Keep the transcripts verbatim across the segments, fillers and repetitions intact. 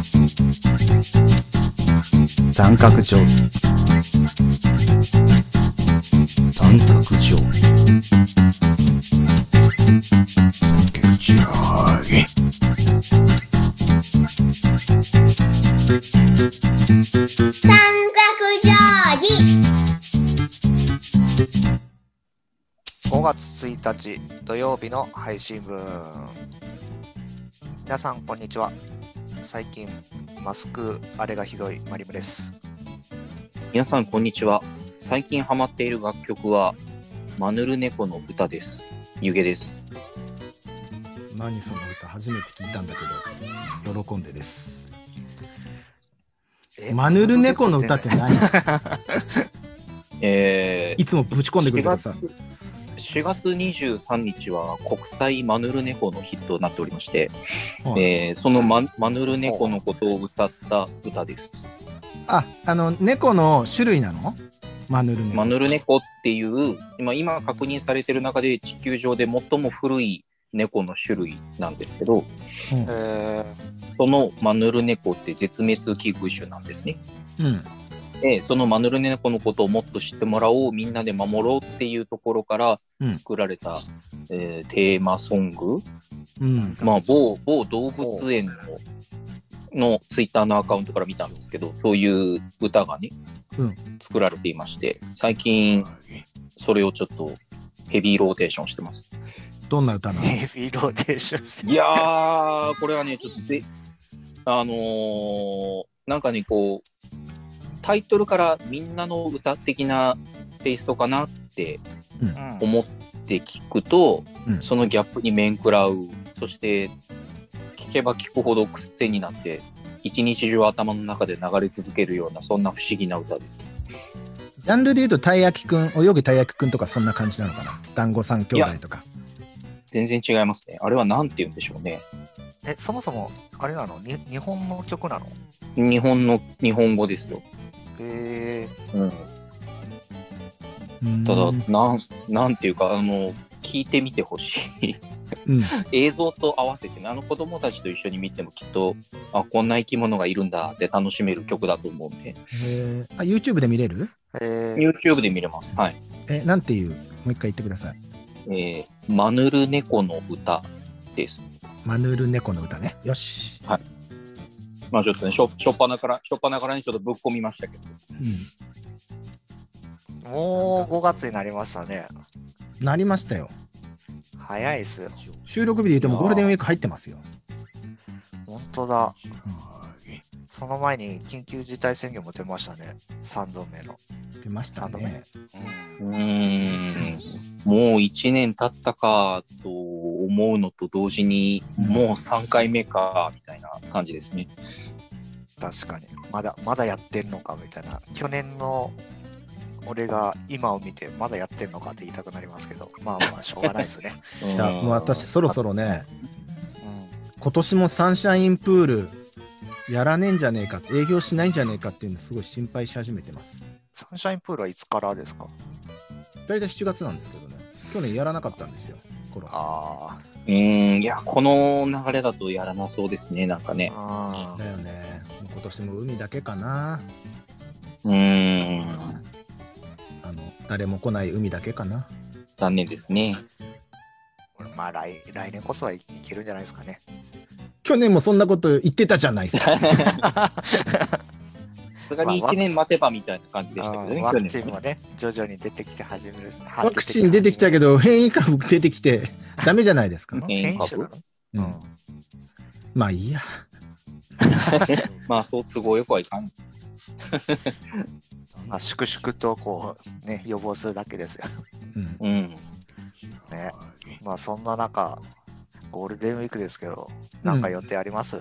三角定規。三角定規。三角定規。 三角定規。 ごがつついたち土曜日の配信分。皆さんこんにちは。最近マスク荒れがひどいマリムです。 皆さんこんにちは。最近ハマっている楽曲はマヌルネコの歌です。ゆげです。 何その歌初めて聞いたんだけど喜んでです。マヌルネコの歌って何？ えー、 いつもぶち込んでくるけどさ。 しがつにじゅうさんにちは国際マヌルネコの日となっておりまして、はい、えー、その マ, マヌルネコのことを歌った歌です。 あ、あの猫の種類なの？マヌルネコ。 マヌルネコっていう今今確認されている中で地球上で最も古い猫の種類なんですけど、うん、えー、そのマヌルネコって絶滅危惧種なんですね。うん。でそのマヌルネコのことをもっと知ってもらおう、みんなで守ろうっていうところから作られた、うん、えー、テーマソング、うん、まあ某某動物園ののツイッターのアカウントから見たんですけど、そういう歌がね、うん、作られていまして、最近それをちょっとヘビーローテーションしてます。 どんな歌なの？ ヘビーローテーション。 いやー、これはね、ちょっとで、あのー、なんかね、こう、タイトルからみんなの歌的なテイストかなって思って聞くと、うん、そのギャップに面食らう。そして聞けば聞くほど癖になって一日中頭の中で流れ続けるような、そんな不思議な歌です。 ジャンルで言うとたい焼きくん、泳げたい焼きくんとかそんな感じなのかな。団子三兄弟とか。 全然違いますね。あれはなんて言うんでしょうね。 え、そもそもあれなの？に日本の曲なの？ 日本の日本語ですよ。 へー、うん、ただなんなんていうか、あの聞いてみてほしい、うん、映像と合わせて、ね、あの子供たちと一緒に見てもきっと、あ、こんな生き物がいるんだって楽しめる曲だと思うんで。 へー、あ、YouTube で見れる？ へー、YouTube で見れます。はい。 え、なんていう、もう一回言ってください。 えー、マヌルネコの歌です。 マヌルネコの歌ね。よし。 はい。まあちょっとね、しょ、しょっぱなから、しょっぱなからにちょっとぶっ込みましたけど。 うん、もうごがつになりましたね。 なりましたよ。 早いっすよ。 収録日で言ってもゴールデンウィーク入ってますよ。 ほんとだ。うん、その前に緊急事態宣言も出ましたね。さんどめの。 出ましたね。 うん、うーん。もういちねん経ったかと思うのと同時に、もうさんかいめかみたいな感じですね。 確かに。まだまだやってんのかみたいな。去年の俺が今を見てまだやってんのかって言いたくなりますけど、まあまあしょうがないですね。 いや、もう私そろそろね、うん、今年もサンシャインプールやらねえんじゃねえか、営業しないんじゃねえかっていうのすごい心配し始めてます。 サンシャインプールはいつからですか？ だいたいしちがつなんですけどね。去年やらなかったんですよ、コロナ。 ああ、うーん、いや、この流れだとやらなそうですね、なんかね。 あ、だよね。今年も海だけかな。 うーん。 あの、誰も来ない海だけかな。 残念ですね。 まあ来、来年こそはいけるんじゃないですかね。 去年もそんなこと言ってたじゃないですか。 さすがにいちねん待てばみたいな感じでしたけどね。 ワクチンもね、徐々に出てきて始める。 ワクチン出てきたけど、変異株出てきて、ダメじゃないですか。 変異株？うん。 まあいいや。 まあ、そう都合よくはいかん。 まあ、粛々とこう、ね、予防するだけですよ。 うん。ね。 まあ、そんな中、ゴールデンウィークですけど、なんか予定あります？うん、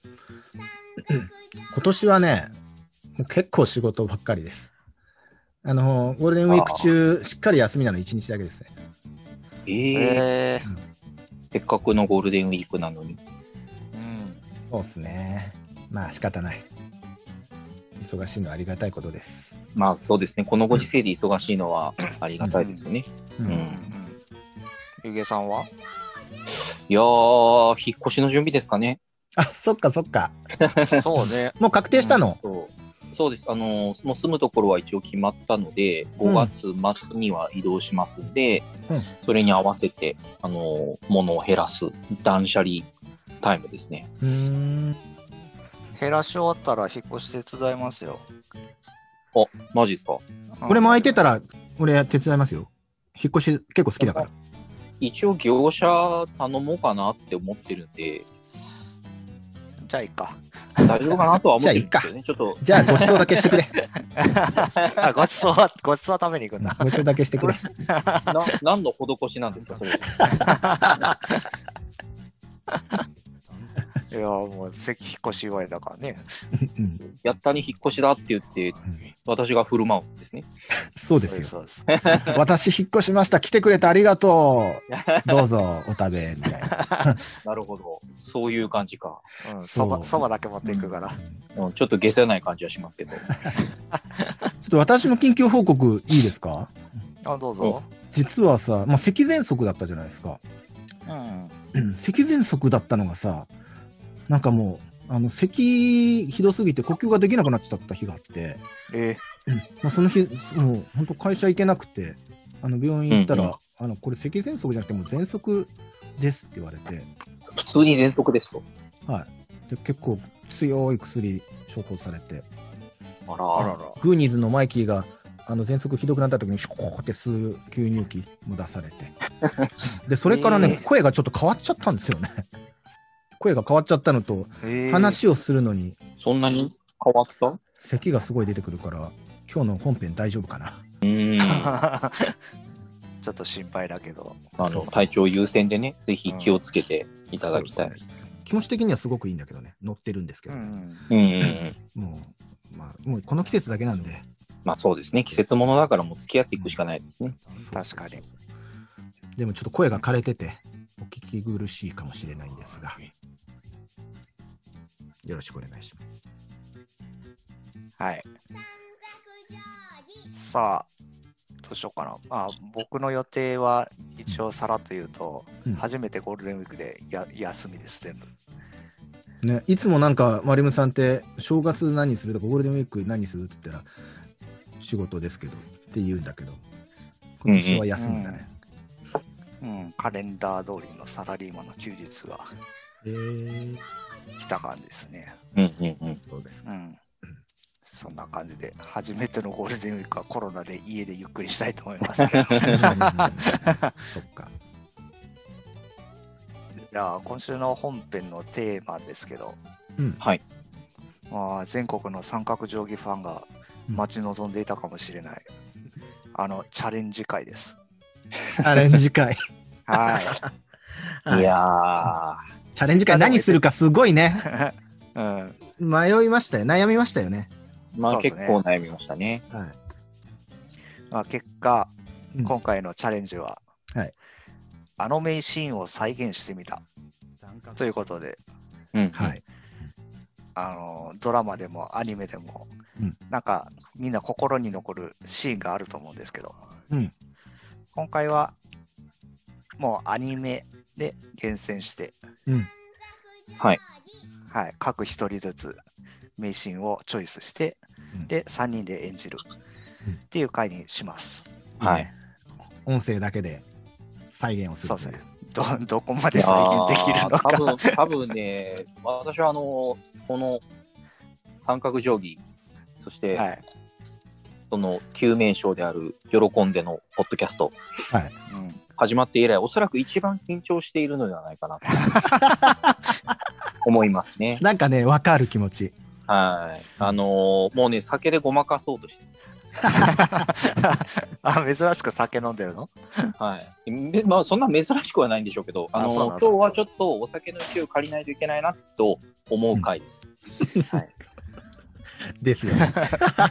今年はね、結構仕事ばっかりです。あのゴールデンウィーク中しっかり休みなのいちにちだけですね。 えー、えーうん、せっかくのゴールデンウィークなのに。うん、 そうですね。まあ仕方ない。忙しいのはありがたいことです。 まあそうですね。このご時世で忙しいのはありがたいですよね。うん。うんうん、 ゆげさんはいやー、引っ越しの準備ですかね。 あ、そっかそっか。 そうね。 もう確定したの？ そうそうです。あのー、もう住むところは一応決まったので、ごがつ末には移動しますんで、うん、それに合わせて、あのー、物を減らす断捨離タイムですね。 うーん。 減らし終わったら引っ越し手伝いますよ。 あ、マジですか？ これも空いてたら、俺手伝いますよ。引っ越し結構好きだから。 一応業者頼もうかなって思ってるんで。 じゃあいいか。 大丈夫かなとは思ってるんですけどね。ちょっと。 じゃあごちそうだけしてくれ。 あ、ごちそうは、ごちそうは食べに行くんだ。 ごちそうだけしてくれ。 な何の施しなんですか、それ。 いやもう席引っ越し祝いだからね。 やったに引っ越しだって言って、私が振る舞うんですね。 そうですよ。そうです。私引っ越しました。来てくれてありがとう。どうぞお食べみたいな。 なるほど。そういう感じか。 うん、そばそばだけ持っていくから、 うんうん。ちょっと下せない感じはしますけど。ちょっと私も緊急報告いいですか？ あ、どうぞ。 実はさ、まあ、咳喘息だったじゃないですか。うん。咳喘息だったのがさ、なんかもう、あの、咳ひどすぎて呼吸ができなくなっちゃった日があって、 えーうんまあ、その日、もう本当会社行けなくて、あの、病院行ったら、うんうん、あの、これ咳喘息じゃなくてもう喘息ですって言われて。 普通に喘息ですと。 はい。で、結構強い薬処方されて。 あらあらら。 グーニーズのマイキーが、あの、喘息ひどくなった時にシュコーって吸う吸入器も出されて。で、それからね、えー、声がちょっと変わっちゃったんですよね。声が変わっちゃったのと、話をするのに、 そんなに変わった？ 咳がすごい出てくるから、今日の本編大丈夫かな？ うーんちょっと心配だけど、 あの体調優先でね、ぜひ気をつけていただきたい。うん、 気持ち的にはすごくいいんだけどね、乗ってるんですけど、うんうんうんうん、もう、まあ、もうこの季節だけなんで、 まあそうですね、季節ものだからもう付き合っていくしかないですね。 確かに。 でもちょっと声が枯れてて、お聞き苦しいかもしれないんですが。よろしくお願いします。 はい。さあ、どうしようかな。あ、僕の予定は一応さらっと言うと、うん、初めてゴールデンウィークでや休みです、全部。 ね、いつもなんか、マリムさんって、正月何するとか、ゴールデンウィーク何するって言ったら、仕事ですけどって言うんだけど、今年は休みだね。 うん、うんうん、カレンダー通りのサラリーマンの休日が。 へー。 来た感じですね。 うんうんうん。 そうです。 うん。そんな感じで、初めてのゴールデンウィークはコロナで家でゆっくりしたいと思います。そっか。じゃあ、今週の本編のテーマですけど、 うん、 はい。 まあ、全国の三角定規ファンが待ち望んでいたかもしれない、うん、あの、チャレンジ会です。 チャレンジ会。 はい。 いやー。 チャレンジ会何するかすごいね。 うん、 迷いましたよ。悩みましたよね。 まあ、ね、結構悩みましたね。 はい。 まあ、結果、うん、今回のチャレンジは、 はい、 あの名シーンを再現してみたということで、 うん、 はい。 あのドラマでもアニメでも、 うん、 なんかみんな心に残るシーンがあると思うんですけど、 うん、 今回はもうアニメで厳選して、 うん、 はい、 はい、各一人ずつ名シーンをチョイスして、うん、でさんにんで演じるっていう回にします。 はい。 音声だけで再現をする。 そうですね。どどこまで再現できるのか。 多分多分ね、私はあのこの三角定規、そして、はい、その救命賞である喜んでのポッドキャスト、 はい、 うん、 始まって以来、おそらく一番緊張しているのではないかなと思いますね。 なんかね、わかる気持ち。 はい。あのー、もうね、酒でごまかそうとしてます。 あ、珍しく酒飲んでるの？ はい。まあ、そんな珍しくはないんでしょうけど、あのー、今日はちょっとお酒の勢いを借りないといけないなと思う回です。うん、はい。 ですよね。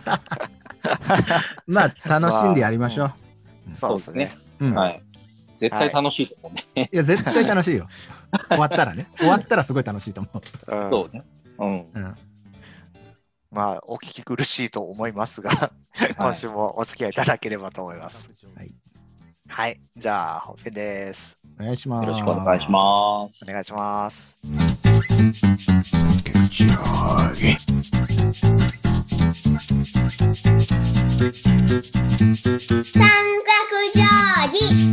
まあ、楽しんでやりましょう。まあうん、そうですね。 うん、 はい。絶対楽しいと思うね。 はい、いや、絶対楽しいよ。終わったらね。終わったらすごい楽しいと思う。 うん、そうね。うん。 うん、 まあ、お聞き苦しいと思いますが、今週もお付き合いいただければと思います。 はい。 はい。じゃあ、本編です。 お願いします。 よろしくお願いします。 お願いします。 三角定規。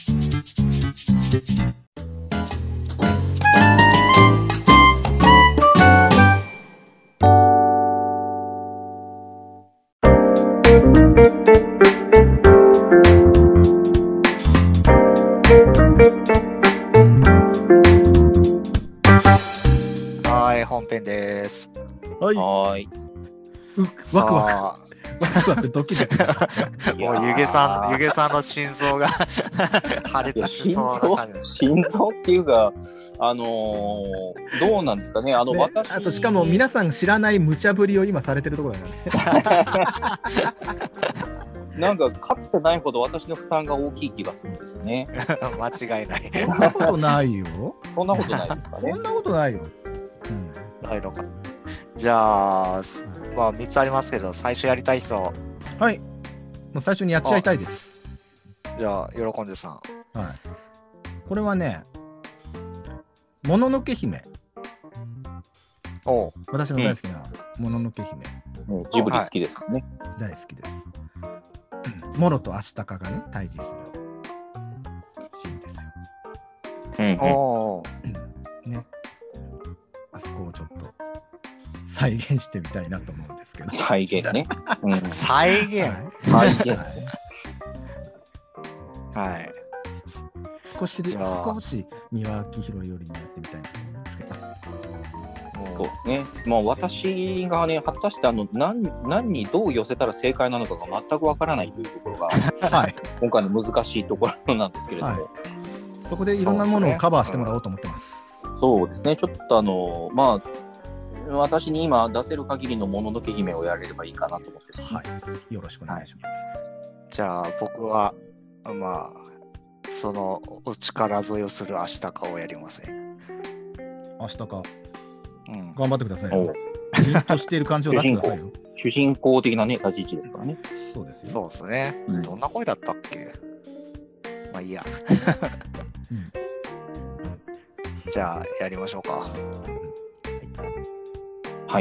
はい、本編です。 はい。 はーい。 うワクワク。ワクワクドキドキ。 もうゆげさん、ゆげさんの心臓が破裂しそうな感じ。 心臓っていうか、あのー、どうなんですかね。あの、 ね、 私。 あとしかも皆さん知らない無茶ぶりを今されてるところだからね。 なんかかつてないほど私の負担が大きい気がするんですよね。 間違いない。 そんなことないよ。 そんなことないですかね。 そんなことないよ。 うん、ないのか。じゃあ、まあみっつありますけど、最初やりたい人。 はい。もう最初にやっちゃいたいです。 じゃあ、喜んでさん。 はい。これはね、もののけ姫。 おう。 私の大好きなもののけ姫。 もうジブリ好きですからね。 大好きです。モロとアシタカがね、対峙するシーンですよ。 うんうん、 おー。ね。あそこをちょっと再現してみたいなと思うんですけど。 再現ね。 うん、再現、 はい、再現。 はい。 少しで少し三輪明宏よりにやってみたいなと思うんですけど。 そうですね。まあ私がね、果たしてあの何何にどう寄せたら正解なのかが全くわからないというところが、はい、今回の難しいところなんですけれども、はい、 そこでいろんなものをカバーしてもらおうと思ってます。 そうですね。ちょっとあのまあ私に今出せる限りのもののけ姫をやれればいいかなと思ってます、ね。 はい。よろしくお願いします。はい、 じゃあ僕はまあそのお力添えをするアシタカをやりますね。 アシタカ。 うん、 頑張ってくださいよ。凛としている感じを出してくださいよ。 主人公的なね、立ち位置ですからね。 そうですよ。 そうですね、うん。どんな声だったっけ？まあいいや。うん、じゃあやりましょうか。 はい。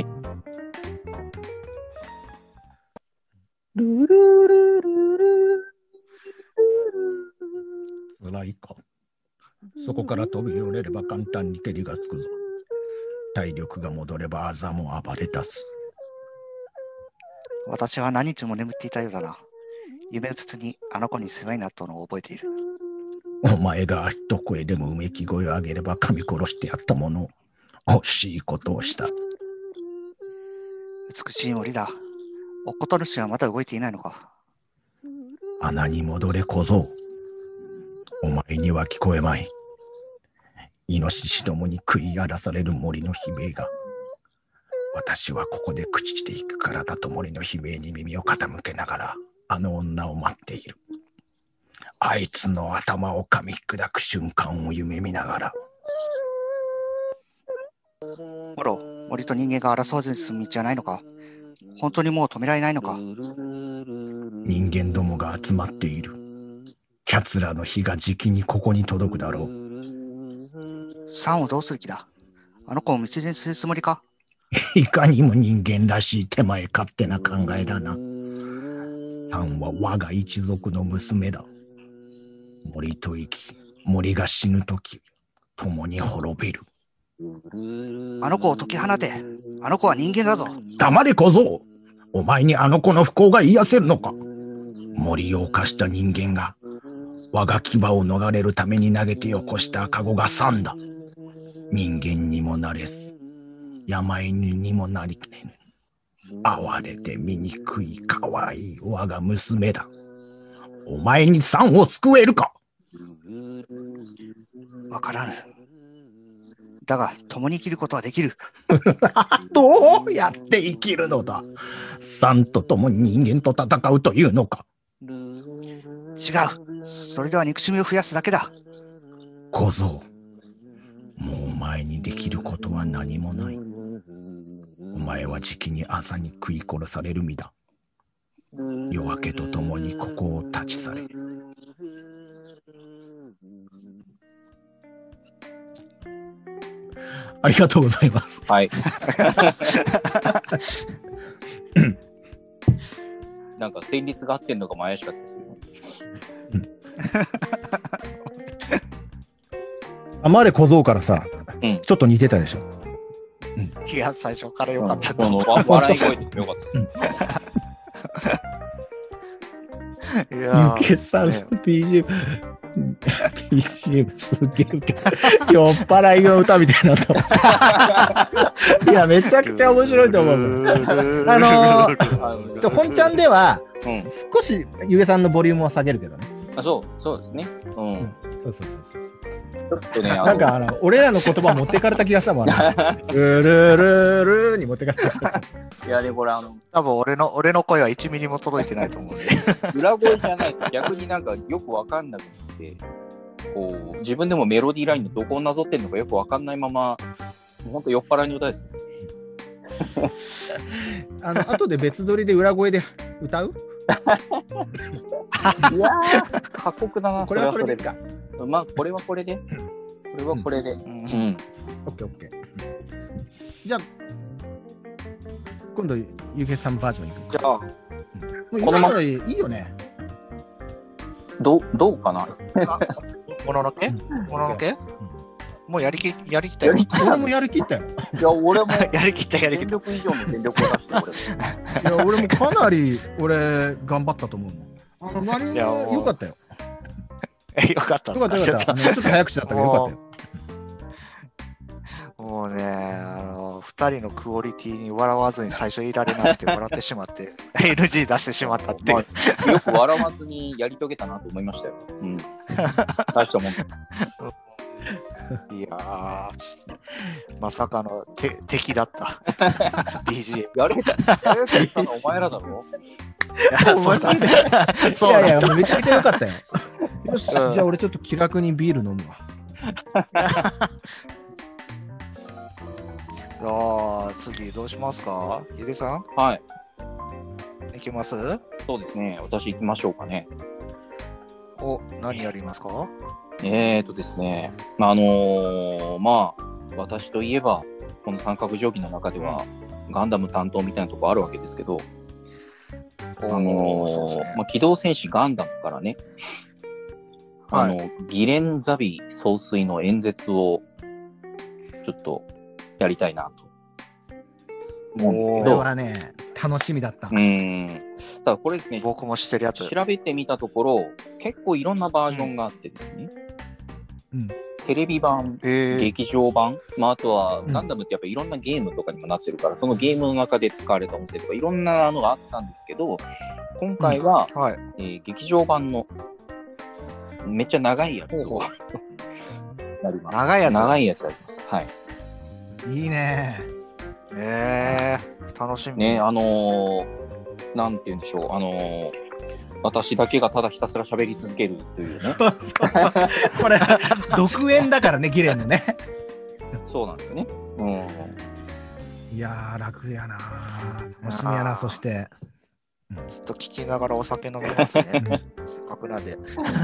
ルルルルルル。辛いか。そこから飛び降りれば簡単に蹴りがつくぞ。体力が戻ればあざも暴れ出す。 私は何日も眠っていたようだな。夢うつつにあの子に世話になったのを覚えている。 お前が一声でもうめき声を上げれば噛み殺してやったもの。惜しいことをした。 美しい森だ。おっこと主はまだ動いていないのか。 穴に戻れ小僧。お前には聞こえまい。イノシシどもに食い荒らされる森の悲鳴が。私はここで朽ちしていくからだと森の悲鳴に耳を傾けながらあの女を待っている。あいつの頭を噛み砕く瞬間を夢見ながら。 モロ、森と人間が争わずに進む道はないのか。本当にもう止められないのか。 人間どもが集まっている。キャツラの火がじきにここに届くだろう。 サンをどうする気だ。あの子を道にするつもりか。 いかにも人間らしい手前勝手な考えだな。サンは我が一族の娘だ。森と生き、森が死ぬとき、共に滅びる。 あの子を解き放て。あの子は人間だぞ。 黙れ小僧。お前にあの子の不幸が癒せるのか。森を犯した人間が、我が牙を逃れるために投げてよこしたカゴがサンだ。人間にもなれず、山犬にもなりきれぬ。哀れで醜い可愛い我が娘だ。お前にサンを救えるか。 わからぬ。だが共に生きることはできる。 どうやって生きるのだ。サンと共に人間と戦うというのか。 違う。それでは憎しみを増やすだけだ。 小僧、もうお前にできることは何もない。お前はじきに朝に食い殺される身だ。夜明けとともにここを立ち去れ。 ありがとうございます。 はい。なんか旋律が合ってんのかも怪しかったですけど。うん、 あまれ小僧からさ、うん、ちょっと似てたでしょ。 うん、いや、最初から良かったと思う。笑い声で良かった。 いやゆけさんの ビージーエム、ビージーエム すげえウケ酔っ払いの歌みたいなと。いや、めちゃくちゃ面白いと思う。あのー、本ちゃんでは、うん、少しゆげさんのボリュームを下げるけどね。 あ、そう、そうですね。うん。うん、 そうそうそうそう。 ちょっとね、 なんかあの、俺らの言葉持ってかれた気がしたもん。ルルルルーに持ってかれた気がした。 いや、で、これあの、 多分俺の、俺の声はいちミリも届いてないと思うんで。 裏声じゃないと逆になんかよくわかんなくて、こう、自分でもメロディーラインのどこをなぞってんのかよくわかんないまま、ほんと酔っ払いの歌です。 あの、後で別撮りで裏声で歌ういやー、過酷だな、 これはこれでいいか。 まあ、これはこれで。これはこれで。うん。うん。 オッケーオッケー。じゃあ、今度、ゆげさんバージョンいくじゃあ、 うん、もう今のでいいよね。 どう、どうかなもののけもののけもうやりき、やりきったよ。 俺もやりきったよ。 いや、俺も、 やりきった、やりきった。 全力以上の全力を出して、 俺。いや、俺もかなり、俺、頑張ったと思うの。あの、マリンは良かったよ。 え、よかったっすか。 ちょっと早口だったけどよかったよ。 もうね、あの、二人のクオリティに笑わずに最初いられなくて笑ってしまって、エヌジー 出してしまったっていう、まあ。よく笑わずにやり遂げたなと思いましたよ。うん。大したもん。 いやー、まさかのて敵だった。ディージーエム。 やれやれたのお前らだろそうだ。そうだ。いやいや、めちゃめちゃ良かったよ。よし、うん、じゃあ俺ちょっと気楽にビール飲むわ。 ああ、次どうしますか、ゆげさん。 はい。 いきます？ そうですね。私行きましょうかね。 お、何やりますか？ えーとですね。まあ、あのー、まあ、私といえば、この三角定規の中では、うん、ガンダム担当みたいなとこあるわけですけど、あのーね、まあ、機動戦士ガンダムからね、あの、はい、ギレン・ザビ総帥の演説をちょっとやりたいなと思うんですけど。 これはね、楽しみだった。 うん。ただこれですね、 僕も知ってるやつ。 調べてみたところ、結構いろんなバージョンがあってですね。うん、テレビ版、劇場版、まあ、あとはガンダムってやっぱいろんなゲームとかにもなってるから、うん、そのゲームの中で使われた音声とかいろんなのがあったんですけど、今回は、うん、はい、えー、劇場版のめっちゃ長いやつをやります。 長いやつ長いやつやります。はい。 いいねー。えー、楽しみ。 ね、あのー、なんて言うんでしょう、あのー、私だけがただひたすら喋り続けるというね。そうそうそう。 これ、独演だからね、ギレンのね。 そうなんですよね。うん。 いやー、楽やなー。楽しみやな、そして。 ずっと聞きながらお酒飲みますね。せっかくなんで。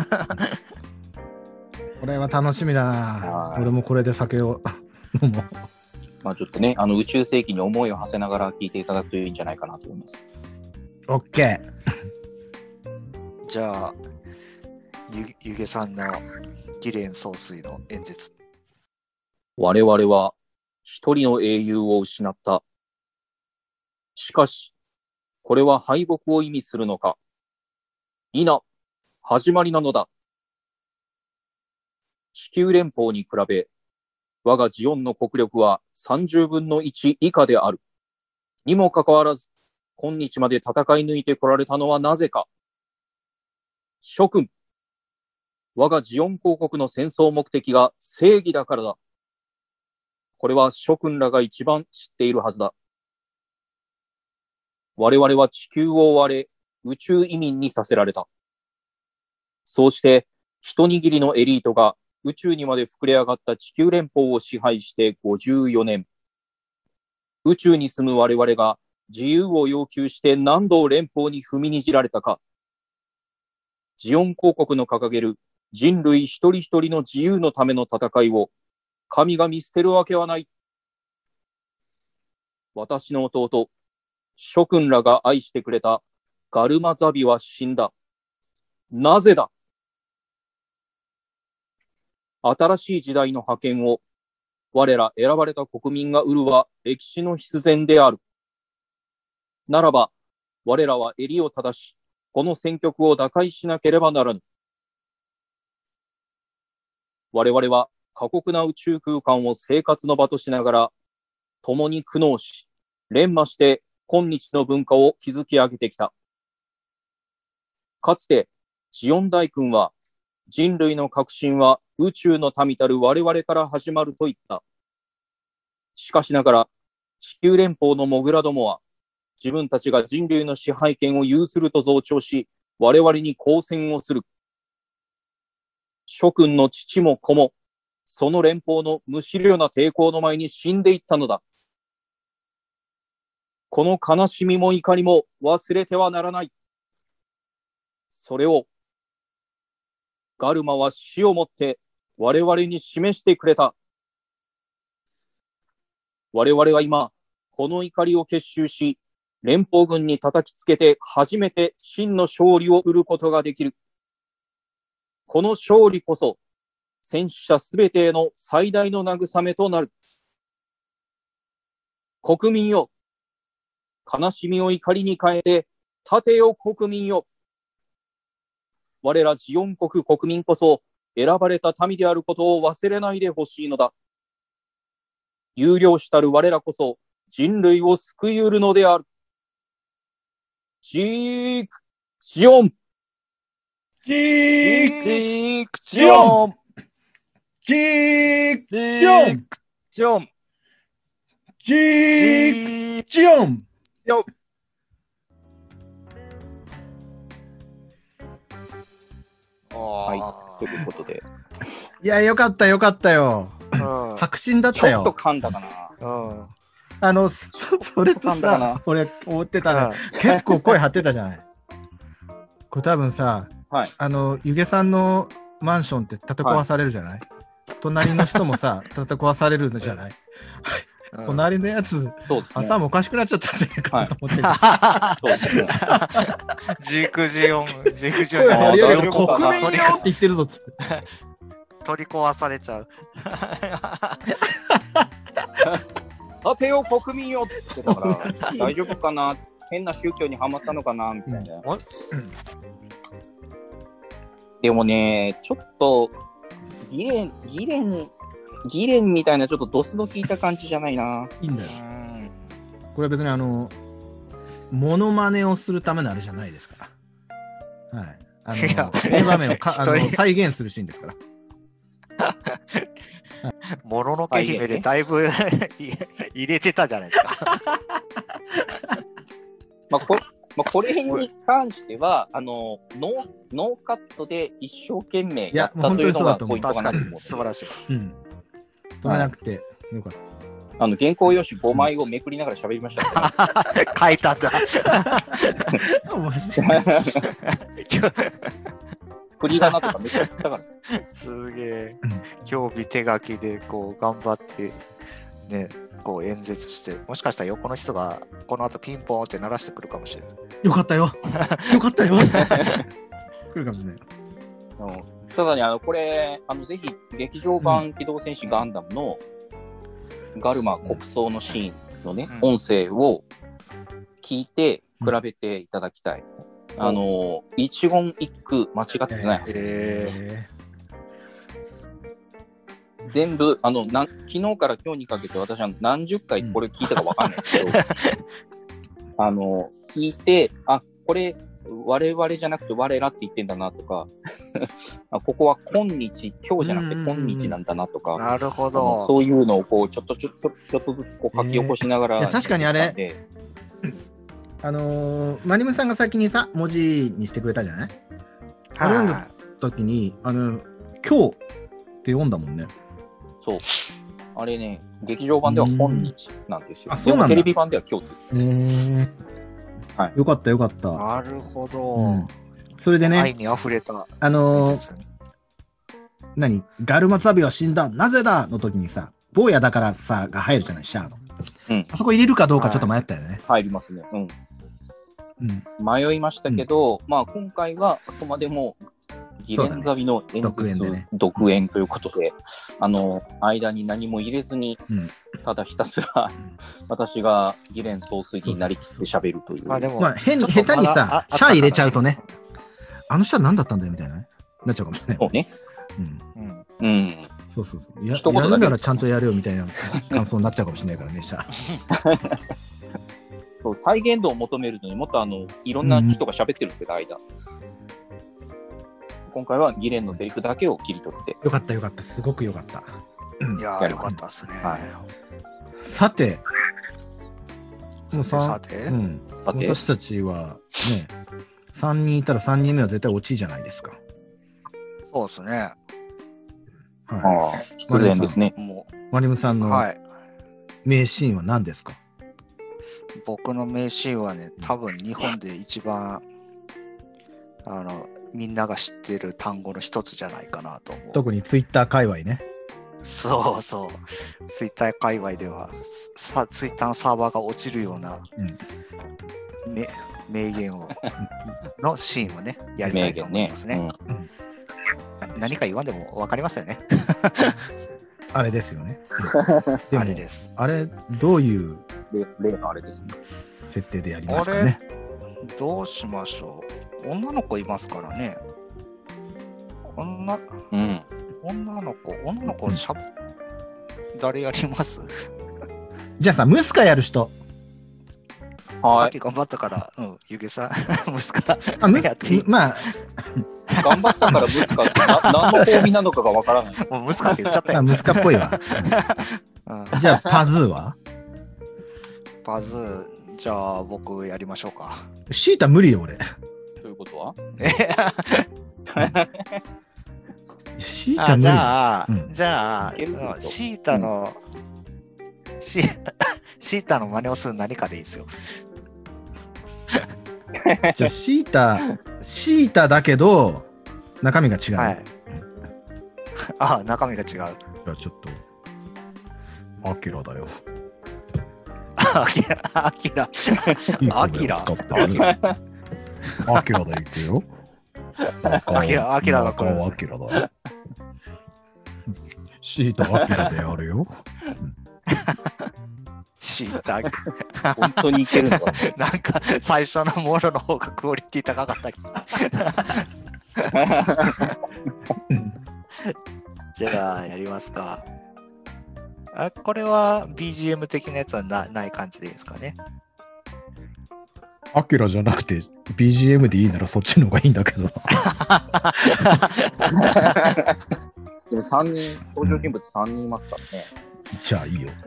これは楽しみだな。俺もこれで酒を飲もう。 まあちょっとね、あの宇宙世紀に思いを馳せながら聞いていただくといいんじゃないかなと思います。 オッケー。 じゃあ、ゆ, ゆげさんのギレン総帥の演説。 我々は一人の英雄を失った。しかし、これは敗北を意味するのか。いな、始まりなのだ。地球連邦に比べ、我がジオンの国力はさんじゅうぶんのいち以下である。にもかかわらず、今日まで戦い抜いてこられたのはなぜか。諸君、我がジオン公国の戦争目的が正義だからだ。これは諸君らが一番知っているはずだ。我々は地球を追われ、宇宙移民にさせられた。そうして、一握りのエリートが宇宙にまで膨れ上がった地球連邦を支配してごじゅうよねん。宇宙に住む我々が自由を要求して何度連邦に踏みにじられたか。ジオン公国の掲げる人類一人一人の自由のための戦いを神が見捨てるわけはない私の弟、諸君らが愛してくれたガルマザビは死んだ。なぜだ。新しい時代の覇権を我ら選ばれた国民が得るは歴史の必然である。ならば、我らは襟を正し、この戦局を打開しなければならぬ。我々は過酷な宇宙空間を生活の場としながら、共に苦悩し、連磨して今日の文化を築き上げてきた。かつて、ジオン大君は、人類の革新は宇宙の民たる我々から始まると言った。しかしながら、地球連邦のモグラどもは、自分たちが人類の支配権を有すると増長し、我々に抗戦をする。諸君の父も子も、その連邦の無思慮な抵抗の前に死んでいったのだ。この悲しみも怒りも忘れてはならない。それを、ガルマは死をもって我々に示してくれた。我々は今、この怒りを結集し、連邦軍に叩きつけて初めて真の勝利を得ることができる。この勝利こそ、戦死者すべてへの最大の慰めとなる。国民よ、悲しみを怒りに変えて、立てよ国民よ。我らジオン国国民こそ、選ばれた民であることを忘れないでほしいのだ。有料したる我らこそ、人類を救い得るのである。ジーク、ジオンジークジオンジークジークジオンジークジオンよはい、ということで。 いや、よかったよかったよ。 うん白真だっちたよ。 ょっと噛んだかな。 うんあの、そそれと噛んだかなさ、俺思ってたね。結構声張ってたじゃない。これ多分さ、 はい。 あの、ゆげさんのマンションって叩壊されるじゃない、隣の人もさ、叩壊されるんじゃない、 うん隣のやつ、 そうですね。 頭おかしくなっちゃったんじゃないかなと思って、 そうですね。 ジークジオンジークジオン声張り上げてジオン国民よって言ってるぞっつって。 取り壊されちゃう。 立てよ国民よって言ってたから、大丈夫かな、変な宗教にはまったのかなみたいな。 おでもね、ちょっと、ギレン、ギレン、ギレンみたいなちょっとドスの効いた感じじゃないな。 いいんだよ。 うんこれは別にあの、モノマネをするためのあれじゃないですから。はい。あの、 いやこの場面をかあの一人再現するシーンですから。 もののけ姫でだいぶ入れてたじゃないですか。 まあこまあ、これに関しては、あのノー、ノーカットで一生懸命やったというのがポイントか確かになと思って。 素晴らしい。 うん。止めなくてよかった。 あの原稿用紙ごまいをめくりながら喋りましたからね。 書いたんだ。 面白い。 振り仮名とかめっちゃ振ったから。 すげえうん。 今日日手書きでこう頑張ってね、こう演説して、もしかしたら横の人がこの後ピンポンって鳴らしてくるかもしれない。 よかったよ。よかったよ。来るかもしれない。 うんただね、あのこれあのぜひ劇場版機動戦士ガンダムのガルマ国葬のシーンのね、 うん音声を聞いて比べていただきたい。うん、あの一言一句間違ってないはずです。 え全部あのなん昨日から今日にかけて私は何十回これ聞いたかわかんないけど、あの聞いて、あ、これ我々じゃなくて我らって言ってんだなとかあここは今日、今日じゃなくて今日なんだなとか、 ー、なるほあのど。 そういうのをこうちょっとちょっとちょっとずつこう書き起こしながら、 えーいや確かにあれやってあのー、マリムさんが先にさ、文字にしてくれたじゃないあれ読んだ時に、あの、今日って読んだもんね。 そう。あれね、劇場版では本日なんですよ。 うんあそうなんだでもテレビ版では今日ってへーはいよかったよかった。 なるほど。 うんそれでね、 愛に溢れた。 あのー、何ガルマツァビは死んだなぜだの時にさ、坊やだからさ、が入るじゃない、シャアの。 うん、 あそこ入れるかどうかちょっと迷ったよね。はい、 入りますね。うん。うん、迷いましたけど、うん、まあ今回はあくまでもギレンザビの演説、ね、独演ということで、あの間に何も入れずに、うん、ただひたすら私がギレン総帥になりきって喋るという。 まあでも、まあ、変下手にさ、シャア入れちゃうとね、あのシャア何だったんだよみたいなね、なっちゃうかもしれない。 そうね。うん。うん。 そうそうそう。や, やるならちゃんとやるよみたいな感想になっちゃうかもしれないからね、シャア。 そう再現度を求めるのにもっとあのいろんな人が喋ってるんですよ、うん、間。今回はギレンのセリフだけを切り取って。 よかったよかった、すごくよかった。 いやーよかったですね。はい、 さて、もうさて、 うん、私たちはね、さんにんいたらさんにんめは絶対落ちじゃないですか。 そうですね。はい、 ああ、必然ですね。 マリムさんの名シーンは何ですか？はい、 僕の名シーンはね、多分日本で一番あのみんなが知ってる単語の一つじゃないかなと思う。 特にツイッター界隈ね。 そうそう。ツイッター界隈ではさツイッターのサーバーが落ちるような、うん、め名言をのシーンをねやりたいと思いますね。ねうん、何か言わんでも分かりますよね。 あれですよね。 あれです。 あれどういう例のあれですね。 設定でやりますかね。 どうしましょう。女の子いますからね。女、うん、女の子、女の子しゃ、うん、誰やります？ じゃあさ、ムスカやる人。 さっき頑張ったから、うん、ゆげさん、ムスカ。 あ、ムやっていい？まあ、 頑張ったからムスカってな何の意味なのかがわからない。 もうムスカって言っちゃったよ。 あ、ムスカっぽいわ。うん、じゃあ、パズーは？ パズー、じゃあ僕やりましょうか。 シータ無理よ、俺。 ということは？ シータ無理。 じゃあ、うん、じゃあ、シータの、うん、シータの真似をする何かでいいですよ。 じゃあ、シータ、シータだけど、中身が違う。はい、 ああ、中身が違う。じゃあ、ちょっと、アキラだよ。 アキラ、アキラ、アキラ、 アキラでいくよ。 アキラ、アキラが来る。アキラだよ。シータ、アキラでやるよ。 シータ、 本当にいけるのかなんか、最初のモロの方がクオリティ高かったけど。じゃあ、やりますか。あ、これは ビージーエム 的なやつは な, ない感じでいいですかね。 アキラじゃなくて ビージーエム でいいならそっちの方がいいんだけど。 でもさんにん、登場人物さんにんいますからね。 うん、じゃあいいよ。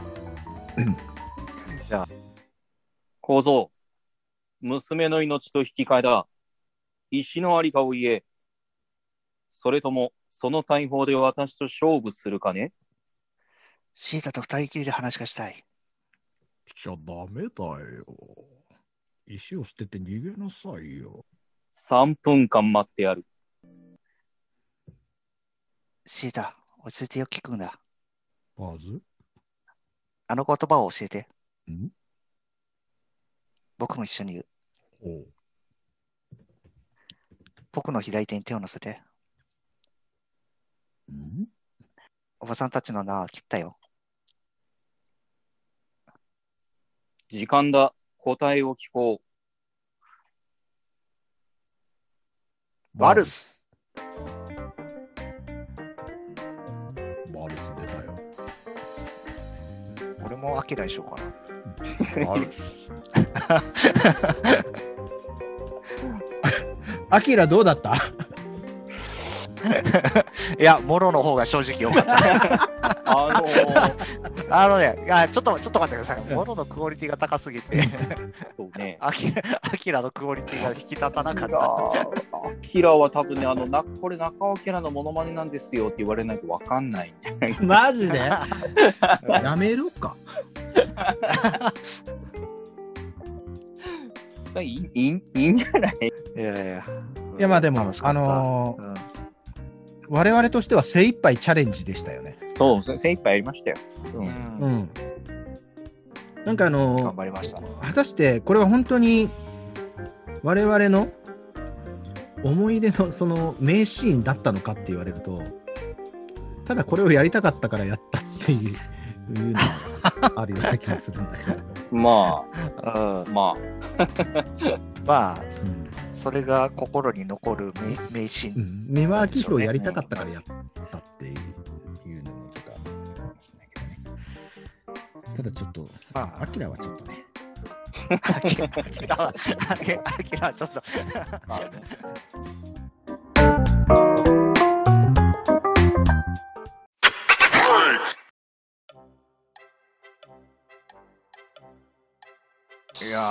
じゃあ。 小僧、娘の命と引き換えだ。石のありかを言え。それとも、その大砲で私と勝負するかね？ シータと二人きりで話がしたい。 しちゃダメだよ。石を捨てて逃げなさいよ。 さんぷんかん待ってやる。 シータ、落ち着いてよ、聞くんだ。 パズ？ あの言葉を教えて。 ん？ 僕も一緒に言う。 おう。 僕の左手に手を乗せて。 ん？ おばさんたちの名は切ったよ。 時間だ。答えを聞こう。バルス。 バルス出たよ。 俺もアキラにしようかな。バルス。 アキラどうだった？ いや、モロの方が正直良かった。 あのー、 あのね、あちょっと、ちょっと待ってください。モロのクオリティが高すぎて、 そうね。 アキラのクオリティが引き立たなかった。 アキラは多分ね、あのなこれ中尾キャラのモノマネなんですよって言われないと分かんないんじゃないか。 マジで？やめるか。 いい、いい、いいんじゃない？ いやいや。 いやまあでも、あのーうん、我々としては精一杯チャレンジでしたよね。 そう、精一杯やりましたよ。 うん。うん、 なんかあのー、 頑張りました。 果たしてこれは本当に我々の思い出のその名シーンだったのかって言われると、ただこれをやりたかったからやったっていういうのがあるような気がするんだけど。 まあ、 うん、 まあ、 まあ、 うん、 それが心に残る名名シーン。 うん、三輪明宏をやりたかったからやったっていういうのもちょっとあるかもしれないけどね。ただちょっと、まあ、アキラはちょっとね。 アキラは、アキラアキラはちょっと。 まあね。 いや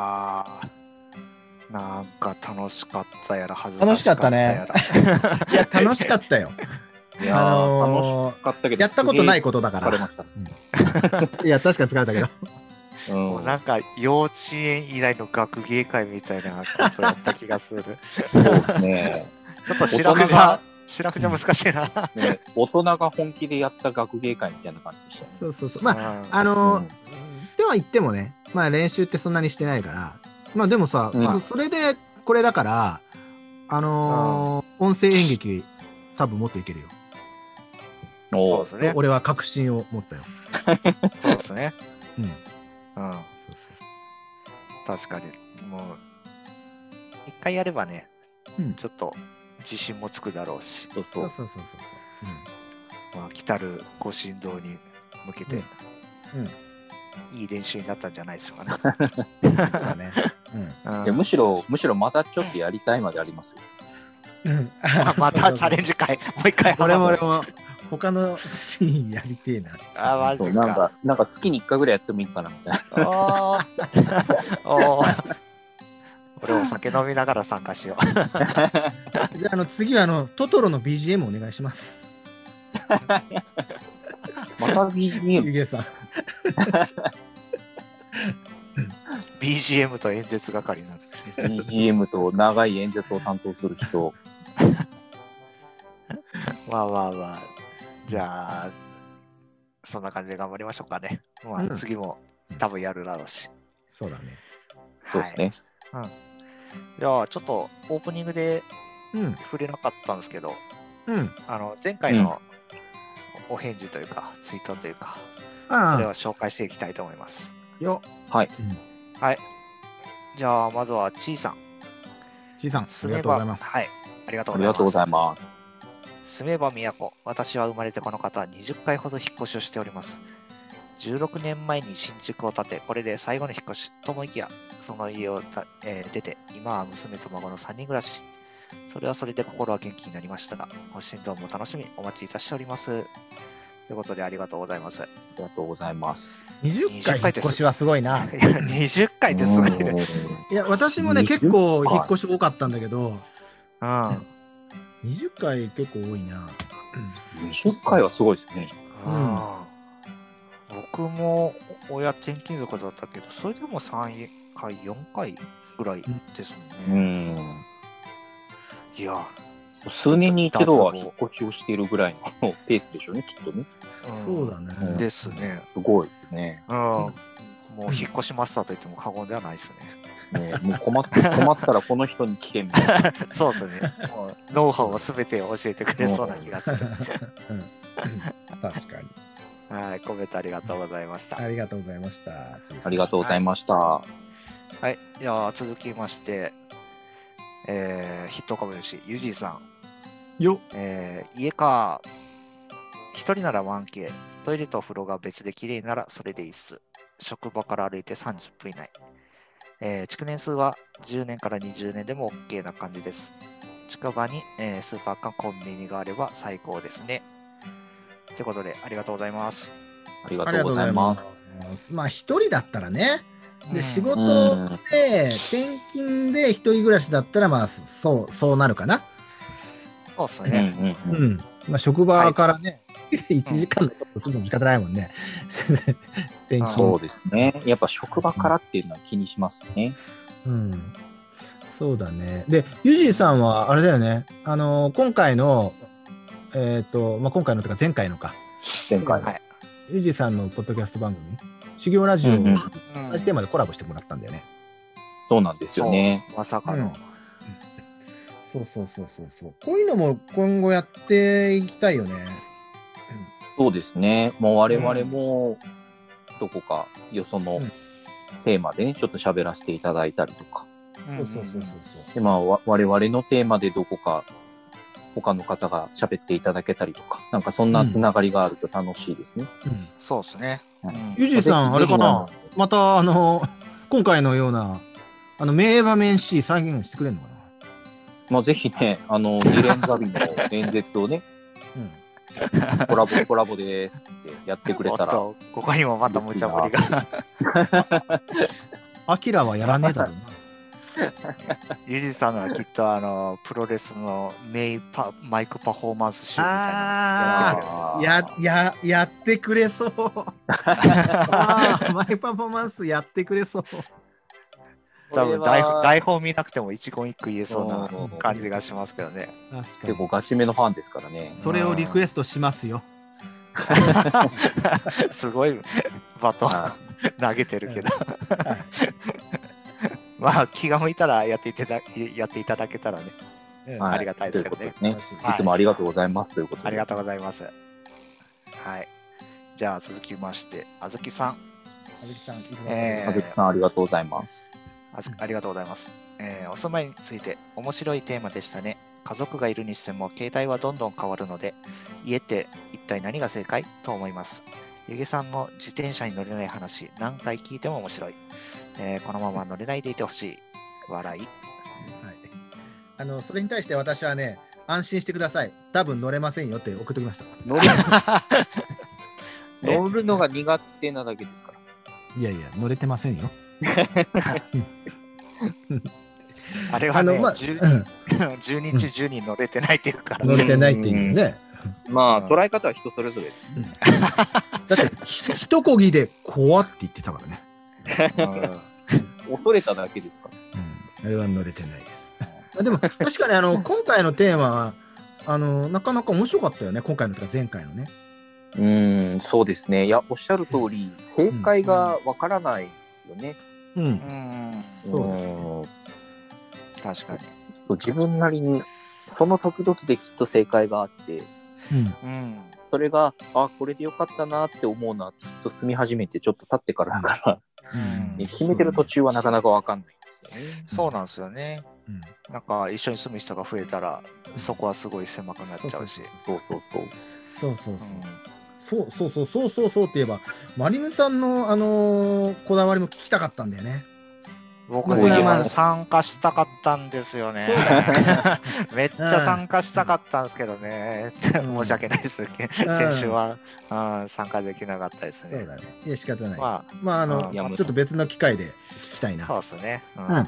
ー、なんか楽しかったやら、恥ずかしかったやら。 いや、楽しかったよ。 いやー、 あのー楽しかったけど、 やったことないことだから。 疲れました。 うん、いや、確かに疲れたけど。 うん、 もうなんか幼稚園以来の学芸会みたいなことやった気がする。 そうですね。 ちょっと白くじゃ、白くじゃ難しいな、 ね。大人が本気でやった学芸会みたいな感じでしたね。 そうそうそう。まあ、あのー、では言ってもね、まあ練習ってそんなにしてないから、まあでもさ、うん、それでこれだから、あのー、音声演劇多分もっといけるよ。 そうですね。 俺は確信を持ったよ。 そうですね。 うん。 うん。そうそう確かに。もう、一回やればね、うん、ちょっと自信もつくだろうし。 そうそうそうそうそう。 うん。まあ、来たるご神道に向けて、うん。うんいい練習になったんじゃないでしょうかね。 そうねうん、いやむしろ、むしろまたちょっとやりたいまでありますよ。 うん、 またチャレンジ会、もう一回。 俺も俺も他のシーンやりてえな。 あ、マジか。 なんか、なんか月にいっかいぐらいやってもいいかなみたいな。 おお俺お酒飲みながら参加しよう。 じゃあ、あの次はあのトトロの ビージーエム お願いします。 また ビージーエム? ゆげさん。 ビージーエム と演説係になる。 ビージーエム と長い演説を担当する人。 まあまあまあ。じゃあ、そんな感じで頑張りましょうかね。まあ、うん、次も多分やるだろうし。 そうだね。 そうですね。 うん。じゃあ、ちょっとオープニングで触れなかったんですけど、 うん、 あの前回の、うんお返事というか、ツイートというか、それを紹介していきたいと思います。 よはい、 うん。 はい。じゃあ、まずは、ちーさん。 ちーさん、ありがとうございます。 はい。ありがとうございます。ありがとうございます。 住めば都。私は生まれてこの方、にじゅっかいほど引っ越しをしております。じゅうろくねんまえに新築を建て、これで最後の引っ越しと思いきや、その家をた、えー、出て、今は娘と孫のさんにん暮らし。それはそれで心は元気になりましたが、ご神道も楽しみお待ちいたしております。ということでありがとうございます。 ありがとうございます。 にじゅっかい引っ越しはすごいな。 にじゅっかいってすごいね。 いや、私もね、結構引っ越し多かったんだけど、 うん、 にじゅっかい結構多いな。 にじゅっかいはすごいですね。 うん、僕も親転勤族だったけど、それでもさんかい、よんかいぐらいですもんね。うん、いや、 数年に一度は引っ越しをしているぐらいのペースでしょうね、きっとね。 そうだね。 うん、ですね。 すごいですね。 うん。もう引っ越しマスターと言っても過言ではないですね。 ねもう困っ困ったらこの人に聞けみたいな。 そうですね。ノウハウをすべて教えてくれそうな気がする。 うん、確かに。 はい、コメントありがとうございました。 ありがとうございました。 ありがとうございました。 はい、はい、じゃあ続きまして、えー、筆頭株主ゆじさん。 よ、 えー、家か一人なら ワンケー、 トイレと風呂が別で綺麗ならそれでいいっす。職場から歩いてさんじゅっぷん以内。えー、築年数はじゅうねんからにじゅうねんでも OK な感じです。近場に、えー、スーパーかコンビニがあれば最高ですね。ということでありがとうございます。 ありがとうございます。 まあ一人だったらね。で、仕事で転勤で一人暮らしだったらまあそうそうなるかな。 そうですね。 うん、うんうん。まあ職場からね、はい、いちじかんだとするのも仕方ないもんね。 そうですね。やっぱ職場からっていうのは気にしますね。 うん。そうだね。で、ユジーさんはあれだよね。あのー、今回の、えっ、ー、と、まあ、今回のとか前回のか。 前回。 はい。ユジーさんのポッドキャスト番組、 修行ラジオ、 うんうん同じテーマでコラボしてもらったんだよね。 そうなんですよね。 まさかの。 うんそうそうそうそうそう。こういうのも今後やっていきたいよね。 そうですね。もう我々も、どこかよそのテーマでね、ちょっと喋らせていただいたりとか。 うんそうそうそうそうで、まあ、わ我々のテーマでどこか他の方が喋っていただけたりとか、なんかそんなつながりがあると楽しいですね。 そう。うんそうですね。 はいうんゆじさん、あれかな、また、あの、今回のような、あの、名場面 C 再現してくれるのかな。 まあ、ぜひね、あの、二連ザビの演説をね、 うん。 コラボ、コラボでーすってやってくれたら、 おっとここにもまた無茶ぶりが。 アキラはやらねえだろうな。 ゆじさんのはきっとあのプロレスのメインパマイクパフォーマンス集みたいなのやってくれる。 や、や、やってくれそう。あーマイパフォーマンスやってくれそう。 多分これは台本台本見なくても一言一句言えそうなうん感じがしますけどね。 確か結構ガチめのファンですからね。 それをリクエストしますよ。 すごいバトンは投げてるけど。 はいまあ気が向いたらやっていただやっていただけたらね、 ええはいありがたいですけどね。 ということですね。いつもありがとうございますということで。 ありがとうございます。はい。じゃあ続きまして、あずきさん。 あずきさん、いつもえーあずきさんありがとうございます。 あずありがとうございます、えーお住まいについて面白いテーマでしたね。家族がいるにしても携帯はどんどん変わるので、家って一体何が正解と思います。ゆげさんの自転車に乗れない話、何回聞いても面白い。えーこのまま乗れないでいてほしい。笑い。 はい、あのそれに対して私はね、安心してください。多分乗れませんよって送っておきました。 乗るえ乗るのが苦手なだけですから。 いやいや、乗れてませんよ。 あれはね、 あの、まあ、 じゅううんじゅうにん中じゅうにん乗れてないっていうから、 乗れてないっていうね。 まあ、 うん捉え方は人それぞれです。 だって、ひ一こぎで怖って言ってたからね。 うん恐れただけですから。 うん、あれは乗れてないです。あでも、確かにあの、今回のテーマは、あの、なかなか面白かったよね。今回のとか前回のね。 うーん、そうですね。いや、おっしゃる通り、正解がわからないですよね。 うん。 うんそううん確かに。 そう自分なりに、その時々できっと正解があって、 うん。 うんそれが、あ、これでよかったなって思うのは、きっと住み始めてちょっと経ってからだから、 うんね決めてる途中はなかなかわかんないんですよね。 そうなんですよね。 うんなんか一緒に住む人が増えたら、そこはすごい狭くなっちゃうし。 そうそうそう。 そうそううんそう。そうそうそうそうそうそうって言えば、マリムさんの、あのーこだわりも聞きたかったんだよね。 僕そうね、 いう参加したかったんですよね。めっちゃ参加したかったんですけどね。申し訳ないです。先週は、うん、参加できなかったですね。 そうだね。いや、仕方ない。ままあ、あの、 うんちょっと別の機会で聞きたいあ、 な。 そうですね。うんうん。うん。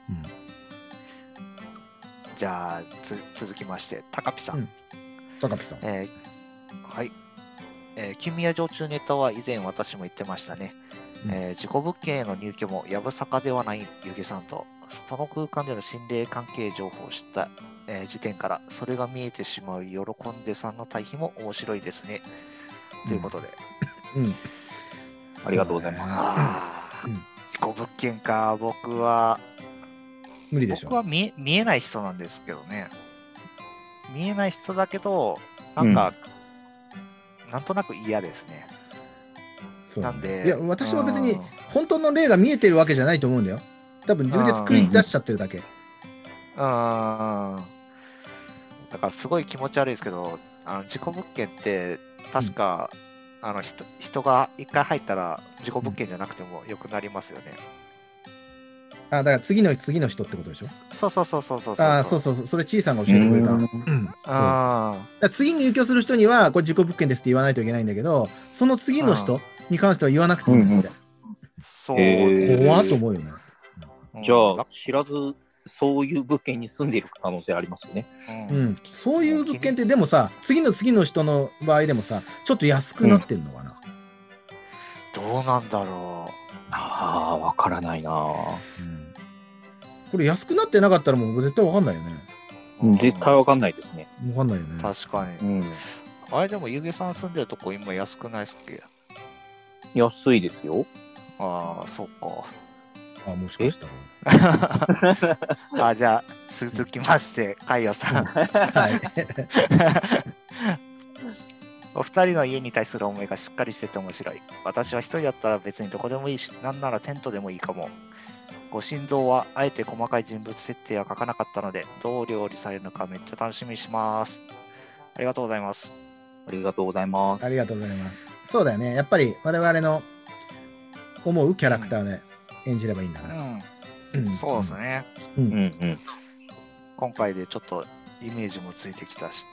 じゃあつ、続きまして、高ピさん。 うん高木さん。 えーはい。えー、金宮常駐ネタは以前私も言ってましたね。 うんえー、事故物件への入居もやぶさかではないゆげさんと、その空間での心霊関係情報を知った、えー時点から、それが見えてしまう喜んでさんの対比も面白いですね。ということで。 うん。 ありがとうございます。 あーうん事故物件か、僕は、 無理でしょ。 僕は見え見えない人なんですけどね。見えない人だけど、なんか、なんとなく嫌ですね。 そうなんでいや、私は別にうん、 本当の霊が見えてるわけじゃないと思うんだよ。多分自分で作り出しちゃってるだけ。 うーん。だからすごい気持ち悪いですけど、あの事故物件って確か、あの人人が一回入ったら事故物件じゃなくてもよくなりますよね。 あ、だから次の次の人ってことでしょ。 そうそうそうそうそうそう。 あ、そうそうそう。それ、ちいさんが教えてくれた。 ううんん。そうだかあら次に入居する人には、これ事故物件ですって言わないといけないんだけど、その次の人に関しては言わなくていいんだよ。 ーそう、 へー怖っと思うよね。 うんじゃあ、知らず、そういう物件に住んでいる可能性ありますよね。 ううんん。そういう物件って、でもさ、次の次の人の場合でもさ、ちょっと安くなってんのかな。 どうなんだろああ、わからないなうんこれ安くなってなかったらもう絶対わかんないよね。 う。うん絶対わかんないですね。 わかんないよね。 確かに。 うん。 あれでも、ゆげさん住んでるとこ今安くないっすっけ？ 安いですよ。 ああ、そうか。 あ、もしかしたら。 あ、じゃあ、続きまして、かいよさん。 はい。 お二人の家に対する思いがしっかりしてて面白い。私は一人だったら別にどこでもいいし、なんならテントでもいいかも。ご神道はあえて細かい人物設定は書かなかったので、どう料理されるのかめっちゃ楽しみにします。ありがとうございます。 ありがとうございます。 ありがとうございます。そうだよね。やっぱり我々の思うキャラクターで演じればいいんだな。 うん。うん、そうですね。 うんうんうん。 今回でちょっとイメージもついてきたし。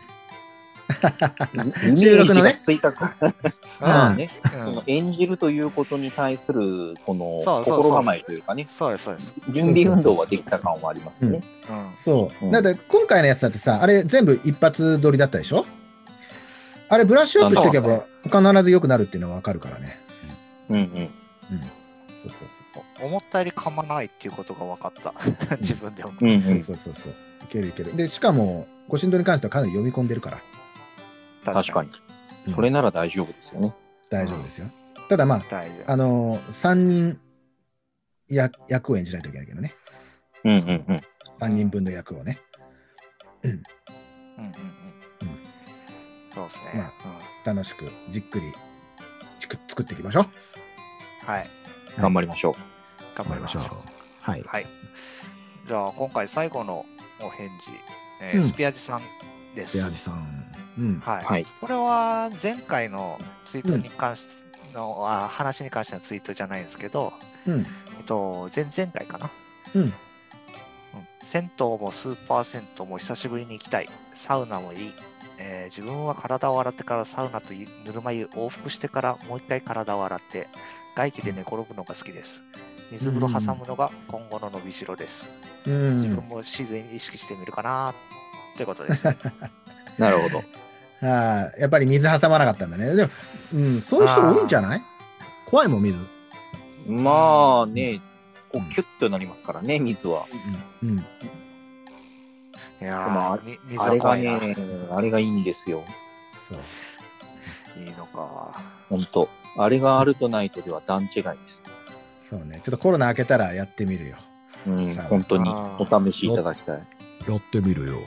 収録のね。 ついたか。まあね、その演じるということに対するこの心構えというかね。 そうですそうです。 準備運動はできた感はありますね。 そう。だって今回のやつだってさ、あれ全部一発撮りだったでしょ？あれブラッシュアップしていけば必ず良くなるっていうのはわかるからね。 うんうん。うん。 そうそうそう。 思ったより噛まないっていうことが分かった。自分でも。 うんうん、そうそうそうそう。いけるいける。で、しかも、ご神道に関してはかなり読み込んでるから。 確かに。うん、それなら大丈夫ですよね。 大丈夫ですよ。うん、ただまあ、あのー、さんにんや役を演じないといけないけどね。 うんうんうん。 さんにんぶんの役をね。うん。うんうんうん。そうですね。 まあ、うん、楽しく、じっくり、作っていきましょう。 はい。 頑張りましょう。 頑張りましょう。 はい。 はい。じゃあ、今回最後のお返事、えーうん、スピアジさんです。 スピアジさん。うん。 はい。はい、これは前回のツイートに関しての、うん、あ話に関してのツイートじゃないんですけど、 うん。 えっと、前々回かな。 うん。うん、 銭湯もスーパー銭湯も久しぶりに行きたい。サウナもいい。えー、自分は体を洗ってからサウナとぬるま湯往復してからもう一回体を洗って外気で寝転ぶのが好きです。水風呂挟むのが今後の伸びしろです。うん、自分も自然に意識してみるかなということです。 なるほど。 ああ、やっぱり水挟まなかったんだね。でも、うん、そういう人多いんじゃない？怖いもん、水。 まあね、こうキュッとなりますからね、水は。 うん。うん、いやー、水は怖いな。あれがね、あれがいいんですよ。 そう。 いいのか。 ほんと。あれがあるとないとでは段違いです。 そうね。ちょっとコロナ明けたらやってみるよ。 うん、本当にお試しいただきたい。 やってみるよ。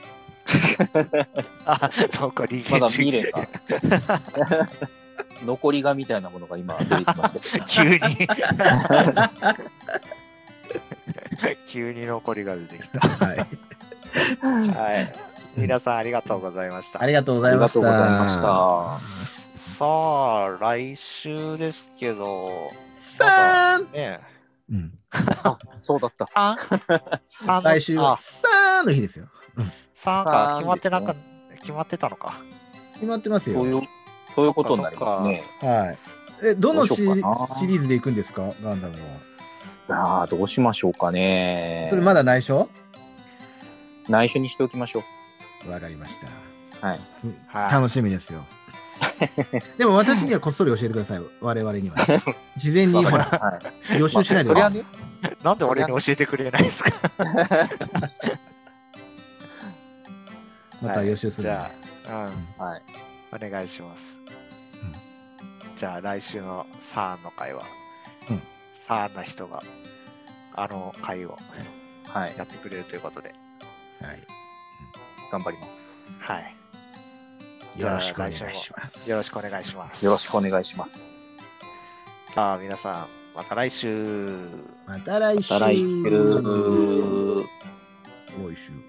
あ、なんかリまだ見れた。残りがみたいなものが今出てきました。 急に。急に残りが出てきた。はい。はい。皆さんありがとうございました。 ありがとうございました。 ありがとうございました。さあ、来週ですけど。 さーん、 ね、 うん。あ、そうだった。 さん来週はさーんの日ですよ。 さんか、決まってなんか、決まってたのか。 決まってますよ。 そういう、そういうことになりますね。 はい。え、どのシシリーズで行くんですか、ガンダムは。 ああ、どうしましょうかね。 それまだ内緒？ 内緒にしておきましょう。わかりました。 はい。 楽しみですよ。でも私にはこっそり教えてください。我々には。事前にほら、はい、予習しないでください。 なんで俺に教えてくれないですか？ また予習する、ね。 はい、じゃあ、うん、はい。お願いします。うん、じゃあ来週のサーンの会は、うん、サーンな人があの会を、はい、やってくれるということで、 はい、 頑張ります。 はい。 よろしくお願いします。 よろしくお願いします。 よろしくお願いします。 じゃあ皆さん、また来週。 また来週。 また来週。 来週。